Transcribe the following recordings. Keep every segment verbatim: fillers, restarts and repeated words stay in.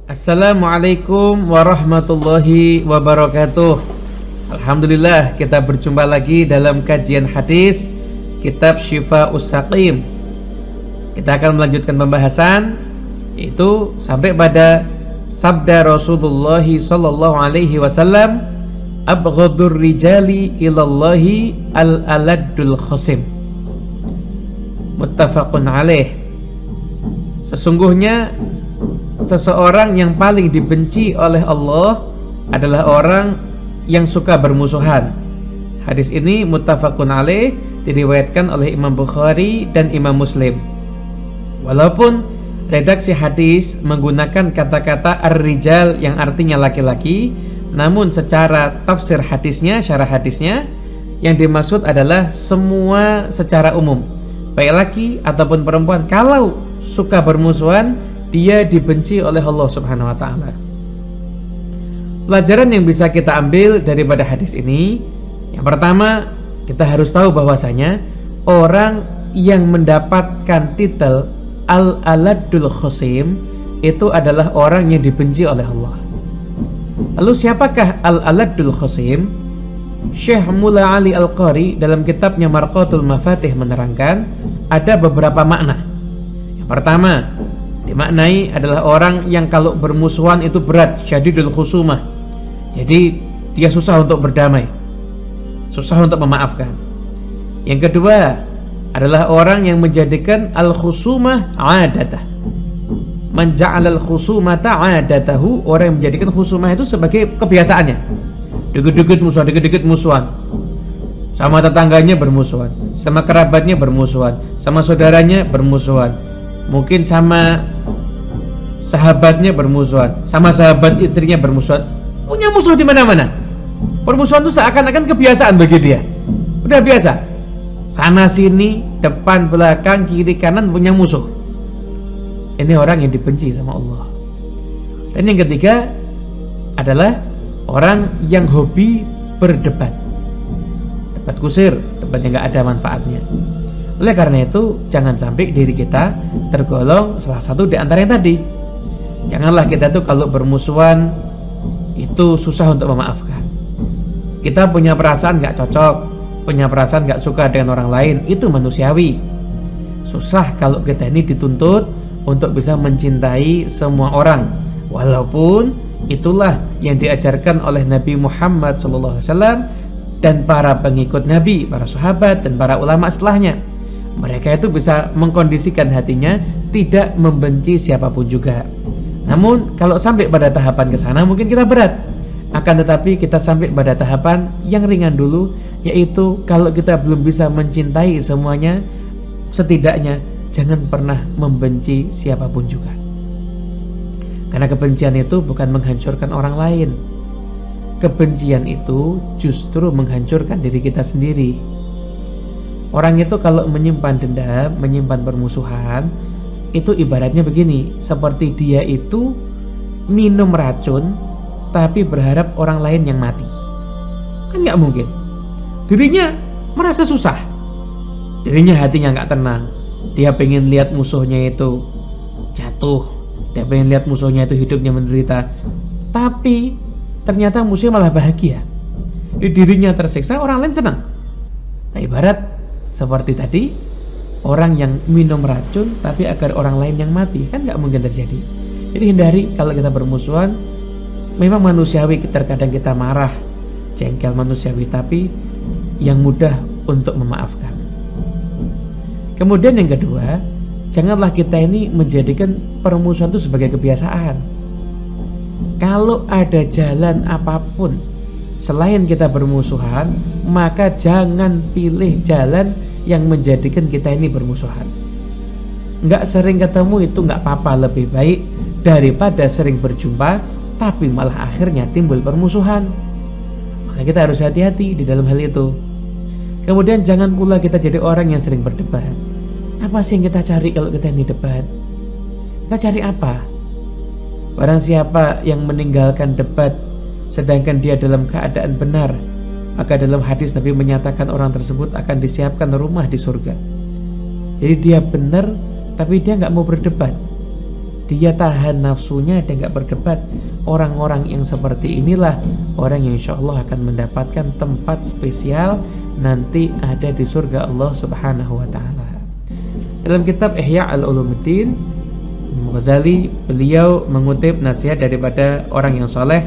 Assalamualaikum warahmatullahi wabarakatuh. Alhamdulillah kita berjumpa lagi dalam kajian hadis Kitab Syifa'us Saqim. Kita akan melanjutkan pembahasan, yaitu sampai pada sabda Rasulullah sallallahu alaihi wasallam, abghadur rijali ilallahi al-aladul khosim. Muttafaqun alaih. Sesungguhnya seseorang yang paling dibenci oleh Allah adalah orang yang suka bermusuhan. Hadis ini muttafaqun alaih, diriwayatkan oleh Imam Bukhari dan Imam Muslim. Walaupun redaksi hadis menggunakan kata-kata ar-rijal yang artinya laki-laki, namun secara tafsir hadisnya, syarah hadisnya, yang dimaksud adalah semua secara umum, baik laki ataupun perempuan, kalau suka bermusuhan, dia dibenci oleh Allah Subhanahu wa taala. Pelajaran yang bisa kita ambil daripada hadis ini, yang pertama, kita harus tahu bahwasanya orang yang mendapatkan titel Al-Aladul Khosim itu adalah orang yang dibenci oleh Allah. Lalu siapakah Al-Aladul Khosim? Syekh Mula Ali Al-Qari dalam kitabnya Marqatul Mafatih menerangkan ada beberapa makna. Yang pertama, dimaknai adalah orang yang kalau bermusuhan itu berat, syadidul khusumah. Jadi dia susah untuk berdamai, susah untuk memaafkan. Yang kedua adalah orang yang menjadikan al-khusumah adatah. Man ja'ala al-khusumata adatahu, orang yang menjadikan khusumah itu sebagai kebiasaannya. Dikit-dikit musuhan, dikit-dikit musuhan. Sama tetangganya bermusuhan, sama kerabatnya bermusuhan, sama saudaranya bermusuhan, mungkin sama sahabatnya bermusuhan, sama sahabat istrinya bermusuhan. Punya musuh di mana-mana. Permusuhan itu seakan-akan kebiasaan bagi dia. Udah biasa. Sana sini, depan, belakang, kiri, kanan punya musuh. Ini orang yang dibenci sama Allah. Dan yang ketiga adalah orang yang hobi berdebat. Debat kusir, debat yang gak ada manfaatnya. Oleh karena itu, jangan sampai diri kita tergolong salah satu di antara yang tadi. Janganlah kita tuh kalau bermusuhan itu susah untuk memaafkan. Kita punya perasaan gak cocok, punya perasaan gak suka dengan orang lain, itu manusiawi. Susah kalau kita ini dituntut untuk bisa mencintai semua orang, walaupun itulah yang diajarkan oleh Nabi Muhammad shallallahu alaihi wasallam dan para pengikut Nabi, para sahabat dan para ulama setelahnya. Mereka itu bisa mengkondisikan hatinya tidak membenci siapapun juga. Namun kalau sampai pada tahapan ke sana mungkin kita berat. Akan tetapi kita sampai pada tahapan yang ringan dulu, yaitu kalau kita belum bisa mencintai semuanya, setidaknya jangan pernah membenci siapapun juga. Karena kebencian itu bukan menghancurkan orang lain. Kebencian itu justru menghancurkan diri kita sendiri. Orang itu kalau menyimpan dendam, menyimpan permusuhan, itu ibaratnya begini, seperti dia itu minum racun tapi berharap orang lain yang mati. Kan gak mungkin. Dirinya merasa susah, dirinya hatinya gak tenang. Dia pengen lihat musuhnya itu jatuh, dia pengen lihat musuhnya itu hidupnya menderita, tapi ternyata musuhnya malah bahagia. Di dirinya tersiksa, orang lain senang. Nah, ibarat seperti tadi, orang yang minum racun tapi agar orang lain yang mati, kan gak mungkin terjadi. Jadi hindari kalau kita bermusuhan. Memang manusiawi terkadang kita marah, jengkel manusiawi, tapi yang mudah untuk memaafkan. Kemudian yang kedua, janganlah kita ini menjadikan permusuhan itu sebagai kebiasaan. Kalau ada jalan apapun selain kita bermusuhan, maka jangan pilih jalan yang menjadikan kita ini bermusuhan. Nggak sering ketemu itu nggak apa-apa, lebih baik daripada sering berjumpa tapi malah akhirnya timbul permusuhan. Maka kita harus hati-hati di dalam hal itu. Kemudian jangan pula kita jadi orang yang sering berdebat. Apa sih yang kita cari kalau kita ini debat? Kita cari apa? Barang siapa yang meninggalkan debat sedangkan dia dalam keadaan benar, maka dalam hadis Nabi menyatakan orang tersebut akan disiapkan rumah di surga. Jadi dia benar, tapi dia nggak mau berdebat. dia tahan nafsunya, dia nggak berdebat. Orang-orang yang seperti inilah orang yang insya Allah akan mendapatkan tempat spesial nanti ada di surga Allah Subhanahu wa Ta'ala. Dalam kitab Ihya al-Ulumuddin, Ghazali beliau mengutip nasihat daripada orang yang soleh.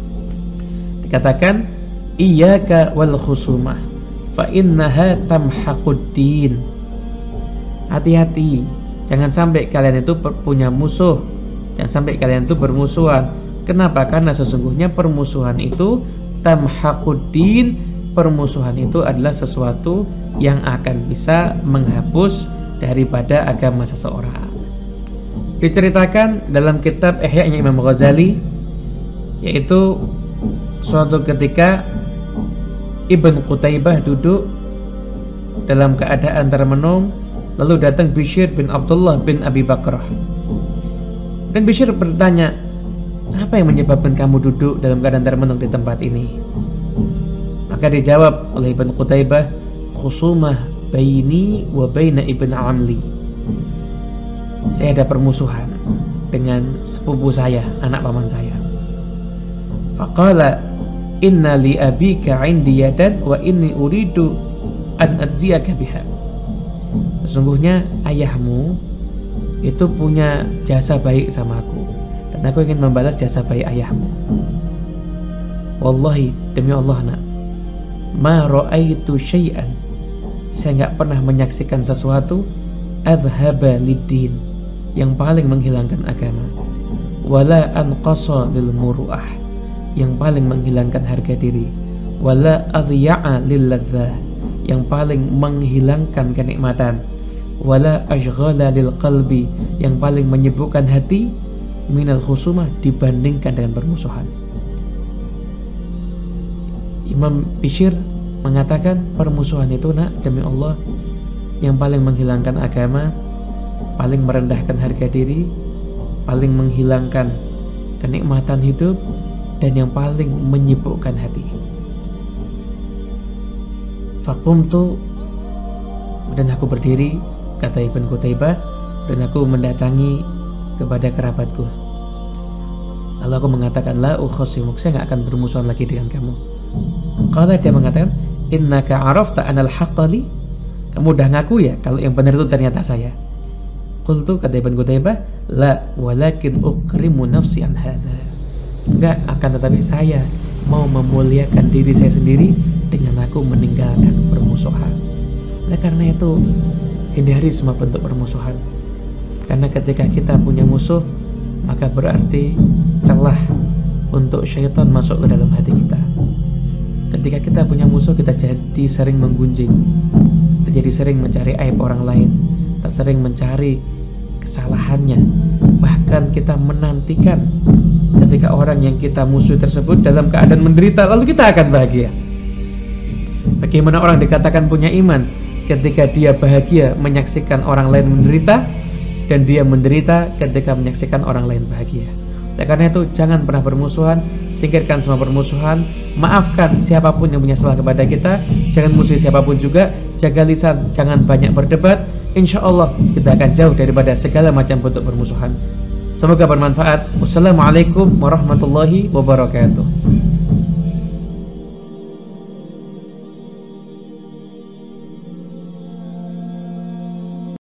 Dikatakan, iyyaka wal khusumah fa innaha tamhaquddin. Hati-hati, jangan sampai kalian itu punya musuh, jangan sampai kalian itu bermusuhan. Kenapa? Karena sesungguhnya permusuhan itu tamhaquddin, permusuhan itu adalah sesuatu yang akan bisa menghapus daripada agama seseorang. Diceritakan dalam kitab Ihya-nya Imam Ghazali, yaitu suatu ketika Ibn Qutaibah duduk dalam keadaan termenung, lalu datang Bishr bin Abdullah bin Abi Bakrah. Dan Bishr bertanya, apa yang menyebabkan kamu duduk dalam keadaan termenung di tempat ini? Maka dijawab oleh Ibn Qutaibah, khusumah baini wa baina Ibn Amli. Saya ada permusuhan dengan sepupu saya, anak paman saya. Faqala inna li abika indi yadan wa inni uridu an adziyaka biha. Sesungguhnya ayahmu itu punya jasa baik sama aku, dan aku ingin membalas jasa baik ayahmu. Wallahi, demi Allah nak, ma ra'aitu syai'an, saya gak pernah menyaksikan sesuatu adhaba lid-din, yang paling menghilangkan agama, wala anqasa lil muru'ah, yang paling menghilangkan harga diri, wala adhiya'a lil ladzah, yang paling menghilangkan kenikmatan, wala ashghala lil qalbi, yang paling menyibukkan hati, minal khusumah, dibandingkan dengan permusuhan. Imam Bishr mengatakan permusuhan itu nak, demi Allah, yang paling menghilangkan agama, paling merendahkan harga diri, paling menghilangkan kenikmatan hidup, dan yang paling menyibukkan hati. Faqumtu, dan aku berdiri, kata Ibn Qutaibah, dan aku mendatangi kepada kerabatku. Lalu aku mengatakan, la ukhasimuk, saya gak akan bermusuhan lagi dengan kamu. Kalau dia mengatakan, innaka arafta anal haqqali, kamu udah ngaku ya kalau yang benar itu ternyata saya. Qultu, kata Ibn Qutaibah, la walakin ukrimu nafsi an hadha. Enggak, akan tetapi saya mau memuliakan diri saya sendiri dengan aku meninggalkan permusuhan. Nah, karena itu hindari semua bentuk permusuhan. Karena ketika kita punya musuh, maka berarti celah untuk syaitan masuk ke dalam hati kita. Ketika kita punya musuh, kita jadi sering menggunjing, kita jadi sering mencari aib orang lain, kita sering mencari kesalahannya. Bahkan kita menantikan ketika orang yang kita musuhi tersebut dalam keadaan menderita, lalu kita akan bahagia. Bagaimana orang dikatakan punya iman ketika dia bahagia menyaksikan orang lain menderita, dan dia menderita ketika menyaksikan orang lain bahagia. Oleh karena itu, jangan pernah bermusuhan, singkirkan semua permusuhan, maafkan siapapun yang punya salah kepada kita, jangan musuhi siapapun juga, jaga lisan, jangan banyak berdebat. Insya Allah kita akan jauh daripada segala macam bentuk permusuhan. Semoga bermanfaat. Wassalamualaikum warahmatullahi wabarakatuh.